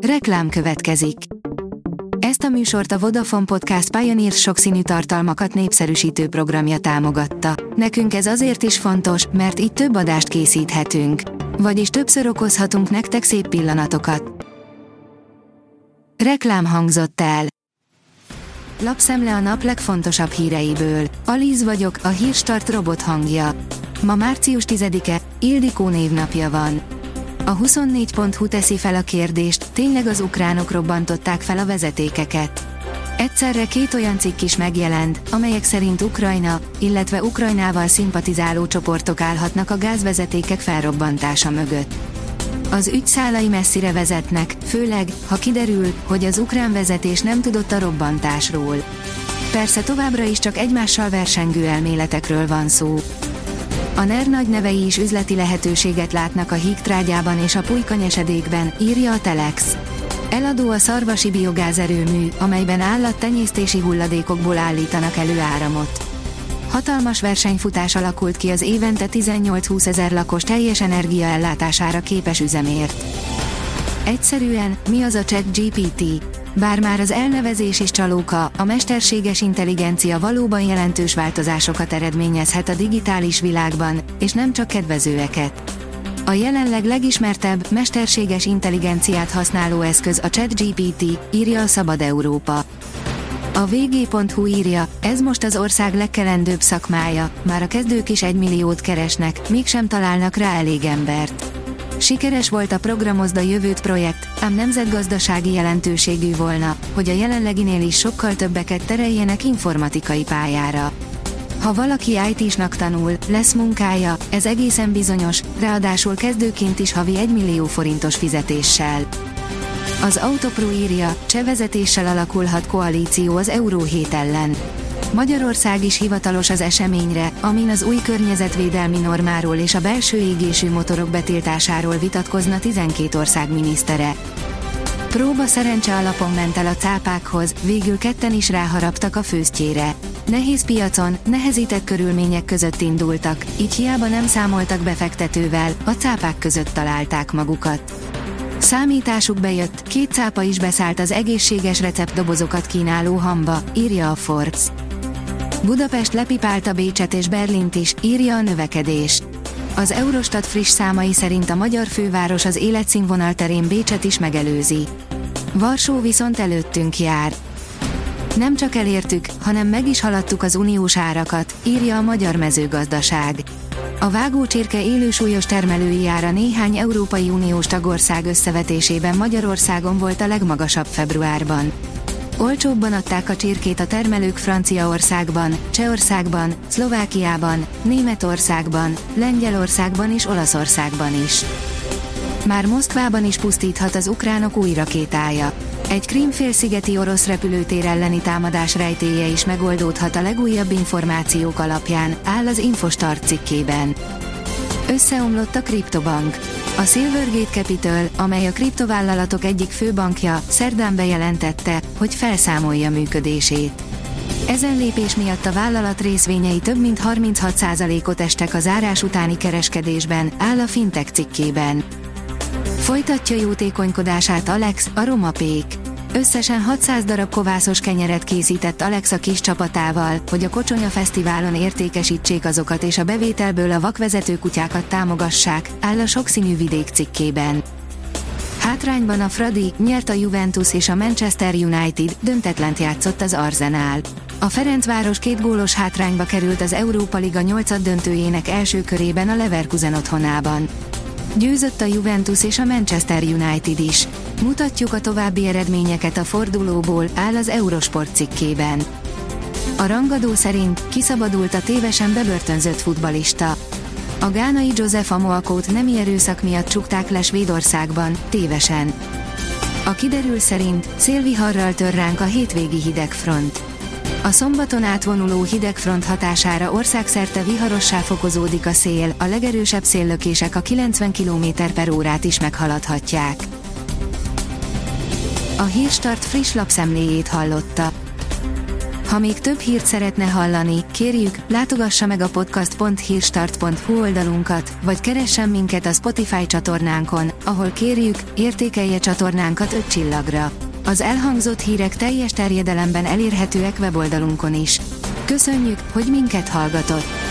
Reklám következik. Ezt a műsort a Vodafone Podcast Pioneer sokszínű tartalmakat népszerűsítő programja támogatta. Nekünk ez azért is fontos, mert így több adást készíthetünk. Vagyis többször okozhatunk nektek szép pillanatokat. Reklám hangzott el. Lapszemle a nap legfontosabb híreiből. Alíz vagyok, a Hírstart robot hangja. Ma március 10-e, Ildikó névnapja van. A 24.hu teszi fel a kérdést, tényleg az ukránok robbantották fel a vezetékeket. Egyszerre két olyan cikk is megjelent, amelyek szerint Ukrajna, illetve Ukrajnával szimpatizáló csoportok állhatnak a gázvezetékek felrobbantása mögött. Az ügy szálai messzire vezetnek, főleg, ha kiderül, hogy az ukrán vezetés nem tudott a robbantásról. Persze továbbra is csak egymással versengő elméletekről van szó. A NER nagy nevei is üzleti lehetőséget látnak a hígtrágyában és a pulykanyesedékben, írja a Telex. Eladó a szarvasi biogázerőmű, amelyben állattenyésztési hulladékokból állítanak elő áramot. Hatalmas versenyfutás alakult ki az évente 18-20 ezer lakos teljes energiaellátására képes üzemért. Egyszerűen, mi az a ChatGPT? Bár már az elnevezés is csalóka, a mesterséges intelligencia valóban jelentős változásokat eredményezhet a digitális világban, és nem csak kedvezőeket. A jelenleg legismertebb, mesterséges intelligenciát használó eszköz a ChatGPT, írja a Szabad Európa. A vg.hu írja, ez most az ország legkelendőbb szakmája, már a kezdők is 1 milliót keresnek, mégsem találnak rá elég embert. Sikeres volt a Programozd a jövőt projekt, ám nemzetgazdasági jelentőségű volna, hogy a jelenleginél is sokkal többeket tereljenek informatikai pályára. Ha valaki IT-snak tanul, lesz munkája, ez egészen bizonyos, ráadásul kezdőként is havi 1 millió forintos fizetéssel. Az Autopro írja, cseh vezetéssel alakulhat koalíció az Euró 7 ellen. Magyarország is hivatalos az eseményre, amin az új környezetvédelmi normáról és a belső égésű motorok betiltásáról vitatkozna 12 ország minisztere. Próba szerencse alapon ment el a cápákhoz, végül ketten is ráharaptak a főztjére. Nehéz piacon, nehezített körülmények között indultak, így hiába nem számoltak befektetővel, a cápák között találták magukat. Számításuk bejött, 2 cápa is beszállt az egészséges receptdobozokat kínáló hamba, írja a Forbes. Budapest lepipálta Bécset és Berlint is, írja a Növekedés. Az Eurostat friss számai szerint a magyar főváros az életszínvonal terén Bécset is megelőzi. Varsó viszont előttünk jár. Nem csak elértük, hanem meg is haladtuk az uniós árakat, írja a Magyar Mezőgazdaság. A vágócsirke élősúlyos termelői ára néhány Európai Uniós tagország összevetésében Magyarországon volt a legmagasabb februárban. Olcsóbban adták a csirkét a termelők Franciaországban, Csehországban, Szlovákiában, Németországban, Lengyelországban és Olaszországban is. Már Moszkvában is pusztíthat az ukránok új rakétája. Egy Krím-félszigeti orosz repülőtér elleni támadás rejtélye is megoldódhat a legújabb információk alapján, áll az Infostart cikkében. Összeomlott a kriptobank. A Silvergate Capital, amely a kriptovállalatok egyik főbankja, szerdán bejelentette, hogy felszámolja működését. Ezen lépés miatt a vállalat részvényei több mint 36%-ot estek a zárás utáni kereskedésben, áll a Fintech cikkében. Folytatja jótékonykodását Alex, a Romapék. Összesen 600 darab kovászos kenyeret készített Alex a kis csapatával, hogy a Kocsonya Fesztiválon értékesítsék azokat és a bevételből a vakvezető kutyákat támogassák, áll a Sokszínű Vidék cikkében. Hátrányban a Fradi, nyert a Juventus és a Manchester United, döntetlent játszott az Arsenal. A Ferencváros 2 gólos hátrányba került az Európa Liga 8-döntőjének első körében a Leverkusen otthonában. Győzött a Juventus és a Manchester United is. Mutatjuk a további eredményeket a fordulóból, áll az Eurosport cikkében. A rangadó szerint kiszabadult a tévesen bebörtönzött futballista. A gánai Joseph Amoakót nemi erőszak miatt csukták le Svédországban, tévesen. A kiderül szerint szélviharral tör ránk a hétvégi hidegfront. A szombaton átvonuló hidegfront hatására országszerte viharossá fokozódik a szél, a legerősebb széllökések a 90 km/h-t is meghaladhatják. A Hírstart friss lapszemléjét hallotta. Ha még több hírt szeretne hallani, kérjük, látogassa meg a podcast.hírstart.hu oldalunkat, vagy keressen minket a Spotify csatornánkon, ahol kérjük, értékelje csatornánkat 5 csillagra. Az elhangzott hírek teljes terjedelemben elérhetőek weboldalunkon is. Köszönjük, hogy minket hallgatott!